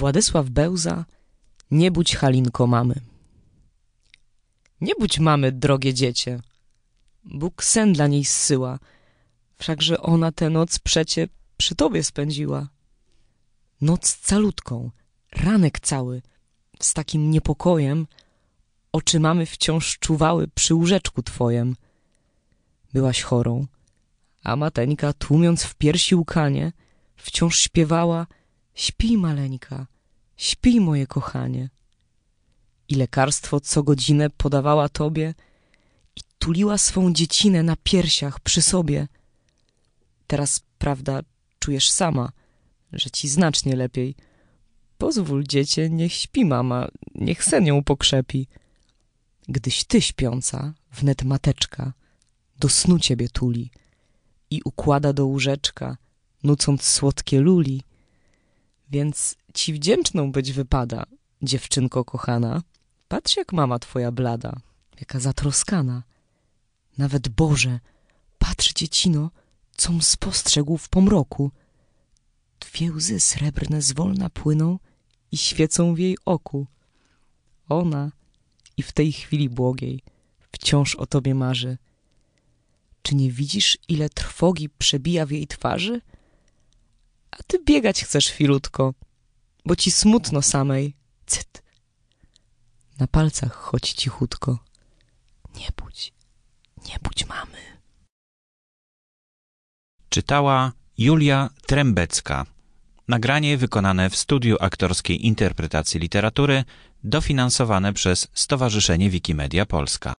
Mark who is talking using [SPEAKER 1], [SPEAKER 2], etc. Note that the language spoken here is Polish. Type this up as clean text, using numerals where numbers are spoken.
[SPEAKER 1] Władysław Bełza, nie budź Halinko mamy. Nie budź mamy, drogie dziecię. Bóg sen dla niej zsyła, wszakże ona tę noc przecie przy tobie spędziła. Noc calutką, ranek cały, z takim niepokojem oczy mamy wciąż czuwały przy łóżeczku twojem. Byłaś chorą, a mateńka, tłumiąc w piersi łkanie, wciąż śpiewała: śpij, maleńka, śpij, moje kochanie. I lekarstwo co godzinę podawała tobie i tuliła swą dziecinę na piersiach przy sobie. Teraz, prawda, czujesz sama, że ci znacznie lepiej. Pozwól, dziecię, niech śpi mama, niech sen ją pokrzepi. Gdyś ty śpiąca, wnet mateczka do snu ciebie tuli i układa do łóżeczka, nucąc słodkie luli. Więc ci wdzięczną być wypada, dziewczynko kochana. Patrz, jak mama twoja blada, jaka zatroskana. Nawet Boże, patrz, dziecino, com spostrzegł w pomroku. Dwie łzy srebrne zwolna płyną i świecą w jej oku. Ona i w tej chwili błogiej wciąż o tobie marzy. Czy nie widzisz, ile trwogi przebija w jej twarzy? A ty biegać chcesz chwilutko, bo ci smutno samej. Cyt! Na palcach chodź cichutko. Nie budź mamy.
[SPEAKER 2] Czytała Julia Trębecka. Nagranie wykonane w Studiu Aktorskiej Interpretacji Literatury, dofinansowane przez Stowarzyszenie Wikimedia Polska.